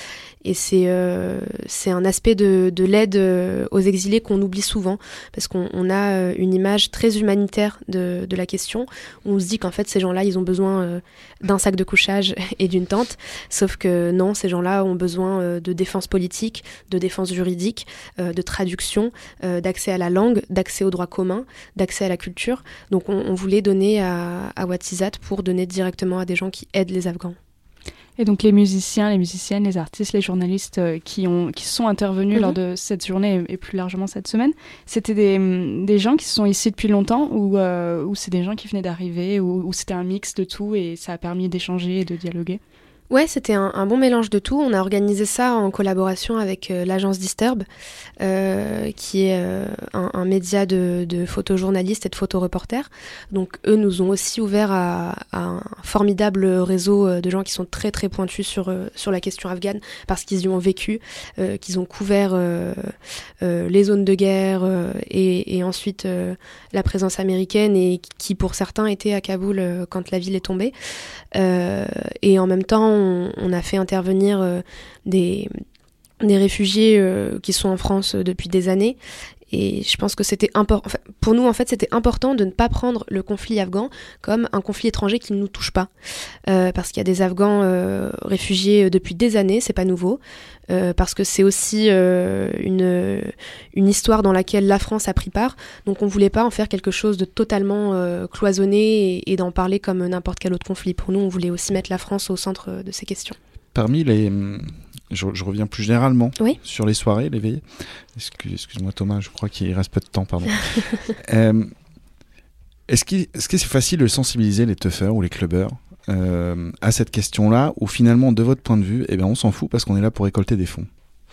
Et c'est, euh, c'est un aspect de, de l'aide aux exilés qu'on oublie souvent, parce qu'on on a une image très humanitaire de, de la question, où on se dit qu'en fait ces gens-là, ils ont besoin euh, d'un sac de couchage et d'une tente, sauf que non, ces gens-là ont besoin euh, de défense politique, de défense juridique, euh, de traduction, euh, d'accès à la langue, d'accès aux droits communs, d'accès à la culture. Donc on, on voulait donner à, à Ouatzizat pour donner directement à des gens qui aident les Afghans. Et donc les musiciens, les musiciennes, les artistes, les journalistes euh, qui, ont, qui sont intervenus mm-hmm. lors de cette journée et, et plus largement cette semaine, c'était des, des gens qui sont ici depuis longtemps ou, euh, ou c'est des gens qui venaient d'arriver ou, ou c'était un mix de tout et ça a permis d'échanger et de dialoguer? Ouais, c'était un, un bon mélange de tout. On a organisé ça en collaboration avec euh, l'agence Disturb, euh, qui est euh, un, un média de, de photojournalistes et de photoreporters. Donc eux nous ont aussi ouvert à, à un formidable réseau de gens qui sont très très pointus sur, euh, sur la question afghane, parce qu'ils y ont vécu, euh, qu'ils ont couvert euh, euh, les zones de guerre euh, et, et ensuite euh, la présence américaine, et qui pour certains étaient à Kaboul euh, quand la ville est tombée. Euh, et en même temps, on, on a fait intervenir euh, des, des réfugiés euh, qui sont en France euh, depuis des années. Et je pense que c'était important. Enfin, pour nous, en fait, c'était important de ne pas prendre le conflit afghan comme un conflit étranger qui ne nous touche pas, euh, parce qu'il y a des Afghans euh, réfugiés depuis des années, c'est pas nouveau, euh, parce que c'est aussi euh, une une histoire dans laquelle la France a pris part. Donc, on voulait pas en faire quelque chose de totalement euh, cloisonné et, et d'en parler comme n'importe quel autre conflit. Pour nous, on voulait aussi mettre la France au centre de ces questions. Parmi les Je, je reviens plus généralement oui. sur les soirées, les veillées. Excuse, excuse-moi Thomas, je crois qu'il reste peu de temps, pardon. euh, est-ce, qu'il, est-ce que c'est facile de sensibiliser les teufeurs ou les clubbers euh, à cette question-là, ou finalement, de votre point de vue, eh ben, on s'en fout parce qu'on est là pour récolter des fonds?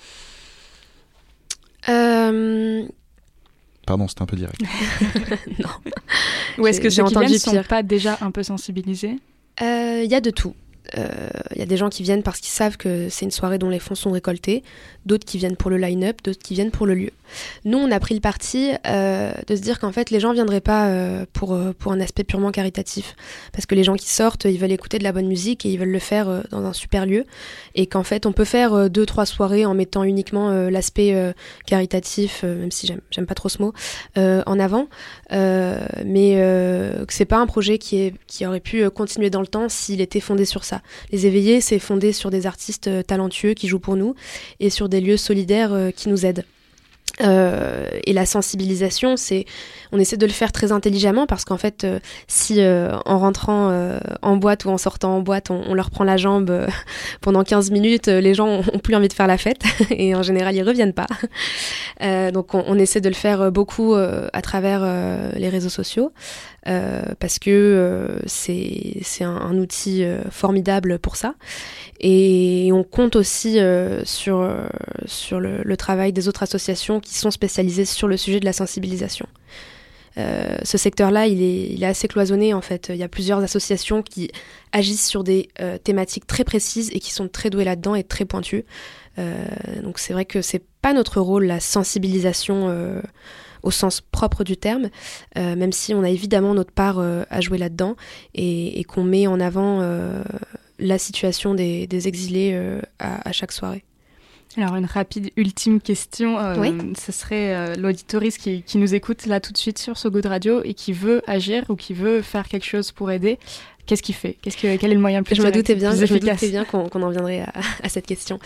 euh... Pardon, c'était un peu direct. Non. Ou est-ce que j'ai ceux qui entendu viennent ne sont pire. pas déjà un peu sensibilisés? Il euh, y a de tout. Il euh, y a des gens qui viennent parce qu'ils savent que c'est une soirée dont les fonds sont récoltés, d'autres qui viennent pour le line-up, d'autres qui viennent pour le lieu. Nous, on a pris le parti euh, de se dire qu'en fait, les gens ne viendraient pas euh, pour, euh, pour un aspect purement caritatif. Parce que les gens qui sortent, ils veulent écouter de la bonne musique et ils veulent le faire euh, dans un super lieu. Et qu'en fait, on peut faire euh, deux, trois soirées en mettant uniquement euh, l'aspect euh, caritatif, euh, même si j'aime, j'aime pas trop ce mot, euh, en avant. Euh, mais euh, que c'est pas un projet qui, est, qui aurait pu continuer dans le temps s'il était fondé sur ça. Les éveillés, c'est fondé sur des artistes euh, talentueux qui jouent pour nous et sur des lieux solidaires euh, qui nous aident. Euh, et la sensibilisation, c'est, on essaie de le faire très intelligemment, parce qu'en fait, euh, si euh, en rentrant euh, en boîte ou en sortant en boîte, on, on leur prend la jambe euh, pendant quinze minutes, euh, les gens ont plus envie de faire la fête et en général, ils reviennent pas. Euh, donc, on, on essaie de le faire beaucoup euh, à travers euh, les réseaux sociaux. Euh, parce que euh, c'est, c'est un, un outil euh, formidable pour ça. Et on compte aussi euh, sur, euh, sur le, le travail des autres associations qui sont spécialisées sur le sujet de la sensibilisation. Euh, ce secteur-là, il est, il est assez cloisonné en fait. Il y a plusieurs associations qui agissent sur des euh, thématiques très précises et qui sont très douées là-dedans et très pointues. Euh, donc c'est vrai que c'est pas notre rôle, la sensibilisation euh, au sens propre du terme, euh, même si on a évidemment notre part euh, à jouer là-dedans et, et qu'on met en avant euh, la situation des, des exilés euh, à, à chaque soirée. Alors une rapide ultime question, euh, oui. ce serait euh, l'auditoriste qui, qui nous écoute là tout de suite sur So Good Radio et qui veut agir ou qui veut faire quelque chose pour aider. Qu'est-ce qu'il fait ? Qu'est-ce que, quel est le moyen le plus je me doutais bien, plus Je me doutais bien qu'on, qu'on en viendrait à, à cette question.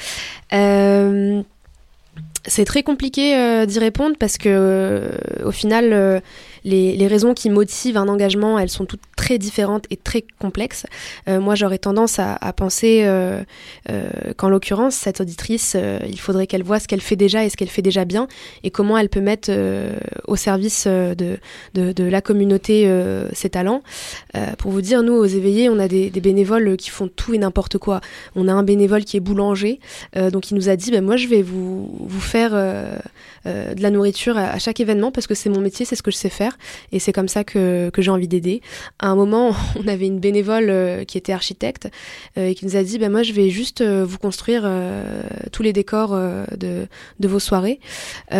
Euh... C'est très compliqué euh, d'y répondre parce que euh, au final, euh, les, les raisons qui motivent un engagement, elles sont toutes très différentes et très complexes. Euh, moi, j'aurais tendance à, à penser euh, euh, qu'en l'occurrence, cette auditrice, euh, il faudrait qu'elle voie ce qu'elle fait déjà et ce qu'elle fait déjà bien et comment elle peut mettre euh, au service euh, de, de, de la communauté euh, ses talents. Euh, pour vous dire, nous, aux éveillés, on a des, des bénévoles qui font tout et n'importe quoi. On a un bénévole qui est boulanger, euh, donc il nous a dit, ben, moi, je vais vous, vous faire euh, euh, de la nourriture à, à chaque événement parce que c'est mon métier, c'est ce que je sais faire et c'est comme ça que, que j'ai envie d'aider. À un moment, on avait une bénévole euh, qui était architecte euh, et qui nous a dit bah, « moi, je vais juste euh, vous construire euh, tous les décors euh, de, de vos soirées. Euh, »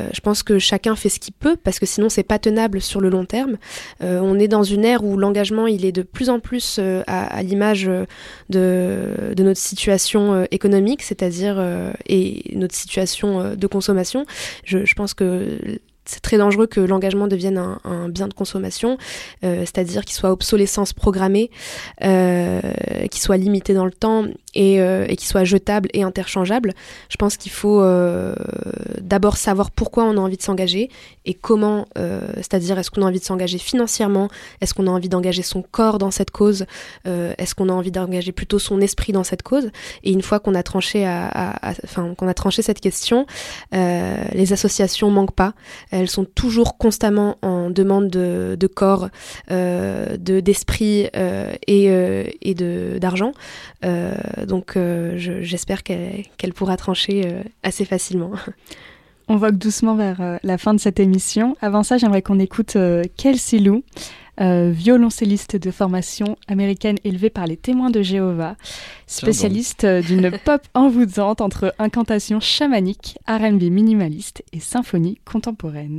Je pense que chacun fait ce qu'il peut parce que sinon, c'est pas tenable sur le long terme. Euh, on est dans une ère où l'engagement, il est de plus en plus euh, à, à l'image de, de notre situation euh, économique, c'est-à-dire euh, et notre situation euh, de consommation. Je, je pense que c'est très dangereux que l'engagement devienne un, un bien de consommation, euh, c'est-à-dire qu'il soit obsolescence programmée, euh, qu'il soit limité dans le temps et, euh, et qu'il soit jetable et interchangeable. Je pense qu'il faut euh, d'abord savoir pourquoi on a envie de s'engager et comment, euh, c'est-à-dire est-ce qu'on a envie de s'engager financièrement, est-ce qu'on a envie d'engager son corps dans cette cause, euh, est-ce qu'on a envie d'engager plutôt son esprit dans cette cause. Et une fois qu'on a tranché, à, à, à, enfin, qu'on a tranché cette question, euh, les associations manquent pas. Elles sont toujours constamment en demande de, de corps, euh, de, d'esprit euh, et, euh, et de, d'argent. Euh, donc euh, je, j'espère qu'elle, qu'elle pourra trancher euh, assez facilement. On vogue doucement vers euh, la fin de cette émission. Avant ça, j'aimerais qu'on écoute euh, Kelsey Lou, euh, violoncelliste de formation américaine élevée par les témoins de Jéhovah, spécialiste euh, d'une pop envoûtante entre incantations chamaniques, R and B minimaliste et symphonie contemporaine.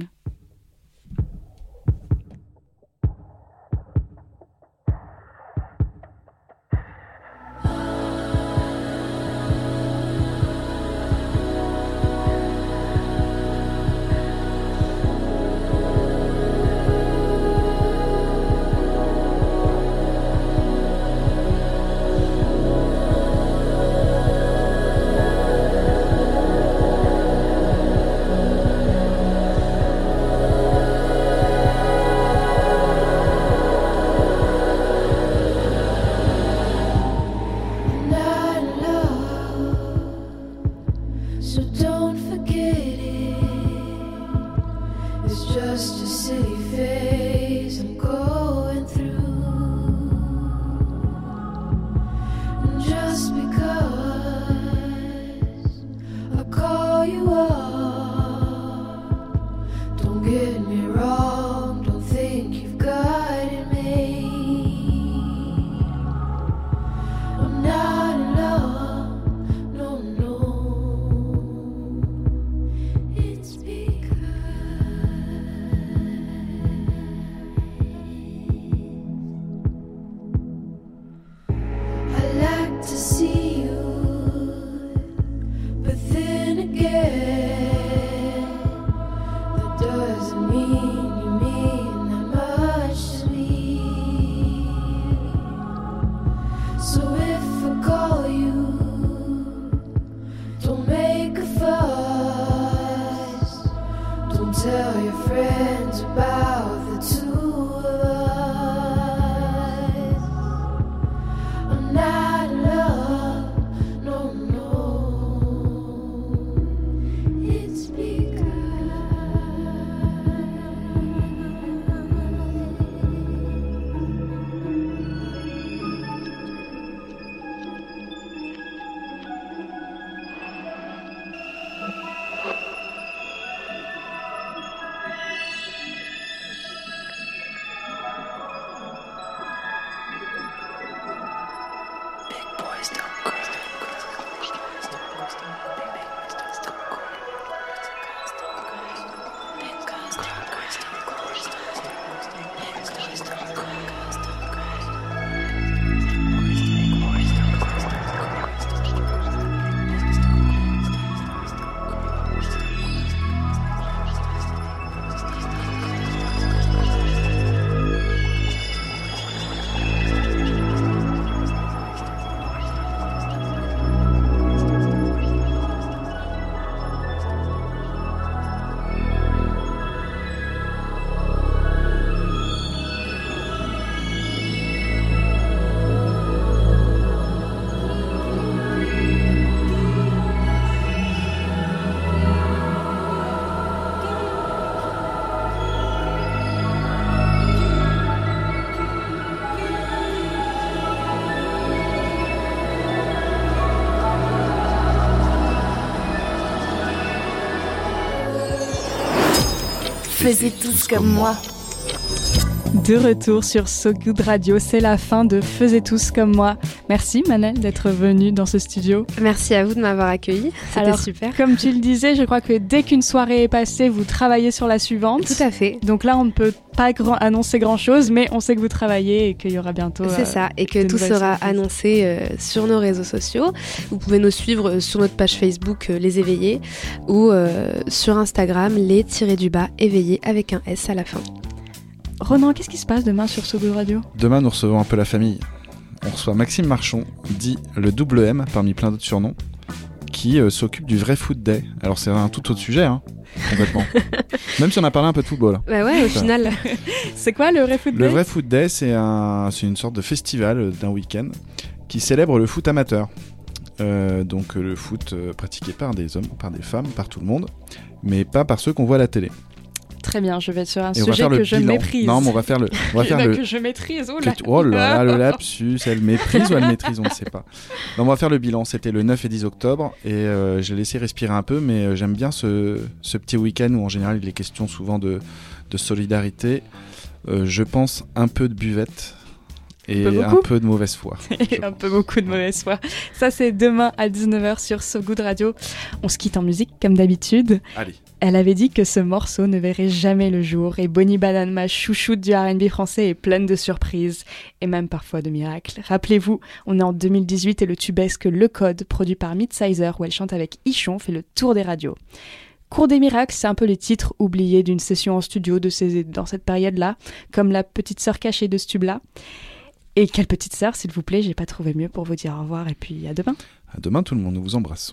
Faisiez tous comme moi. De retour sur So Good Radio, c'est la fin de Faisez tous comme moi. Merci Manel d'être venue dans ce studio. Merci à vous de m'avoir accueilli, c'était Alors, super. Comme tu le disais, je crois que dès qu'une soirée est passée, vous travaillez sur la suivante. Tout à fait. Donc là, on ne peut pas grand- annoncer grand-chose, mais on sait que vous travaillez et qu'il y aura bientôt... C'est euh, ça, et que tout sera surprises. annoncé euh, sur nos réseaux sociaux. Vous pouvez nous suivre sur notre page Facebook euh, Les Éveillés ou euh, sur Instagram les-du-bas éveillés avec un S à la fin. Ronan, qu'est-ce qui se passe demain sur So Good Radio ? Demain, nous recevons un peu la famille. On reçoit Maxime Marchon, dit le double M parmi plein d'autres surnoms, qui euh, s'occupe du vrai Foot Day. Alors c'est un tout autre sujet, hein, complètement. Même si on a parlé un peu de football. Bah ouais, au final. C'est quoi le vrai Foot Day ? Le vrai Foot Day, c'est, un, c'est une sorte de festival d'un week-end qui célèbre le foot amateur. Euh, donc le foot euh, pratiqué par des hommes, par des femmes, par tout le monde, mais pas par ceux qu'on voit à la télé. Très bien, je vais être sur un Et sujet que je bilan. méprise. Non, mais on va faire le. On va faire le... que je maîtrise. Oh là, oh là, le lapsus, elle méprise ou elle maîtrise, on ne sait pas. Non, on va faire le bilan. C'était le neuf et dix octobre et euh, j'ai laissé respirer un peu, mais euh, j'aime bien ce, ce petit week-end où en général il est question souvent de, de solidarité. Euh, je pense un peu de buvette. Et un peu de mauvaise foi. Et un peu beaucoup de mauvaise foi. Ça, c'est demain à dix-neuf heures sur So Good Radio. On se quitte en musique, comme d'habitude. Allez. Elle avait dit que ce morceau ne verrait jamais le jour. Et Bonnie Banane, ma chouchoute du R and B français, est pleine de surprises. Et même parfois de miracles. Rappelez-vous, on est en deux mille dix-huit et le tubesque Le Code, produit par Midsizer, où elle chante avec Ichon, fait le tour des radios. Cours des miracles, c'est un peu les titres oubliés d'une session en studio de ces, dans cette période-là, comme La petite sœur cachée de ce tube-là. Et quelle petite sœur, s'il vous plaît, j'ai pas trouvé mieux pour vous dire au revoir et puis à demain. À demain tout le monde, nous vous embrassons.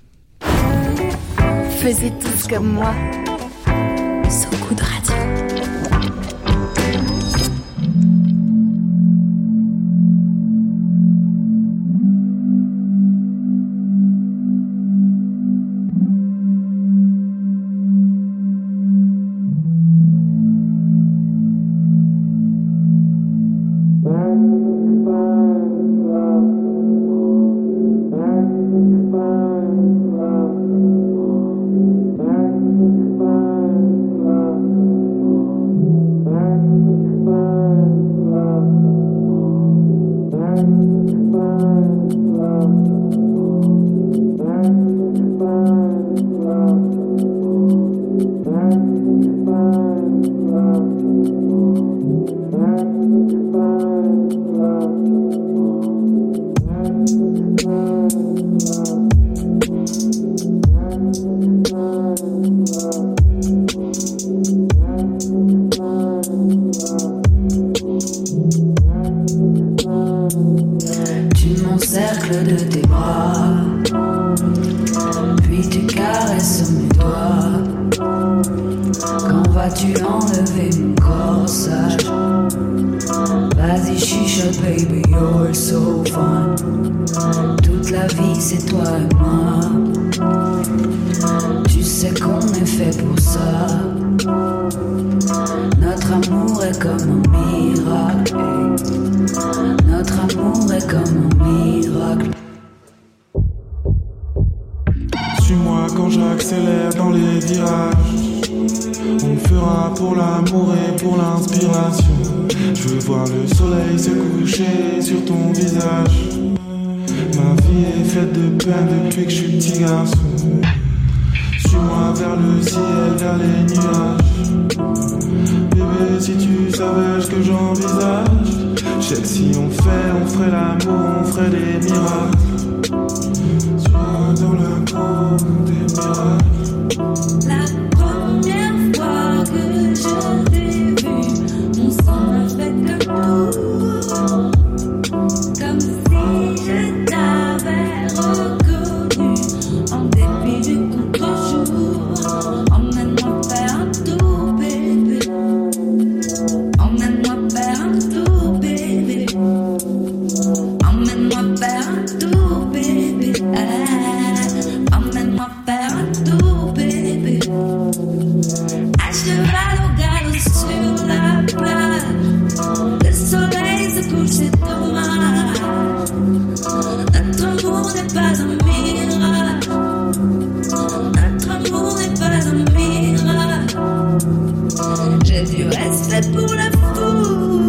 Faisez tous comme moi. So Good Radio. Suis-moi quand j'accélère dans les virages. On fera pour l'amour et pour l'inspiration. Je veux voir le soleil se coucher sur ton visage. Ma vie est faite de peine depuis que je suis petit garçon. Suis-moi vers le ciel, vers les nuages. Bébé, si tu savais ce que j'envisage, je sais que si on fait, on ferait l'amour, on ferait des miracles. Suis-moi dans le cours des miracles. La première fois que je t'ai vu, mon sang m'a fait le tour. Comme si je t'avais reconnu, en dépit du contre-jour. Emmène-moi faire un tour, bébé. Emmène-moi faire un tour, bébé. Emmène-moi faire un tour, bébé. Ah, emmène-moi faire un tour, bébé.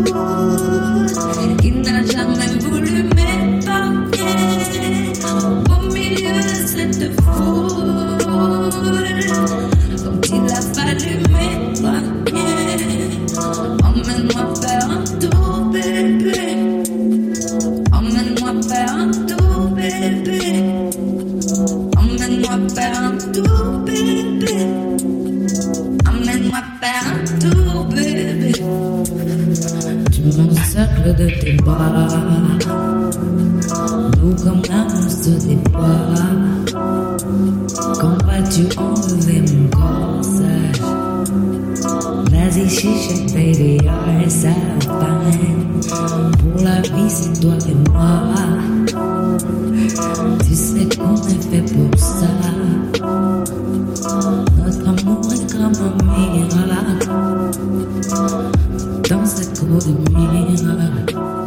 qui n'a jamais voulu m'épargner au milieu de cette foule. Quand il a fallu m'éloigner, emmène-moi faire un tour, bébé. Emmène-moi faire un tour, bébé. Emmène-moi faire un tour, bébé. Emmène-moi faire un tour, bébé. Tu m'encercles de tes bras, doux comme la mousse des bois. Quand vas-tu enlever mon corsage? Vas-y, chichette, baby, you're so fine. Pour la vie, c'est toi et moi. Tu sais qu'on est fait pour ça. Notre amour est comme un miracle dans cette cour de miracle.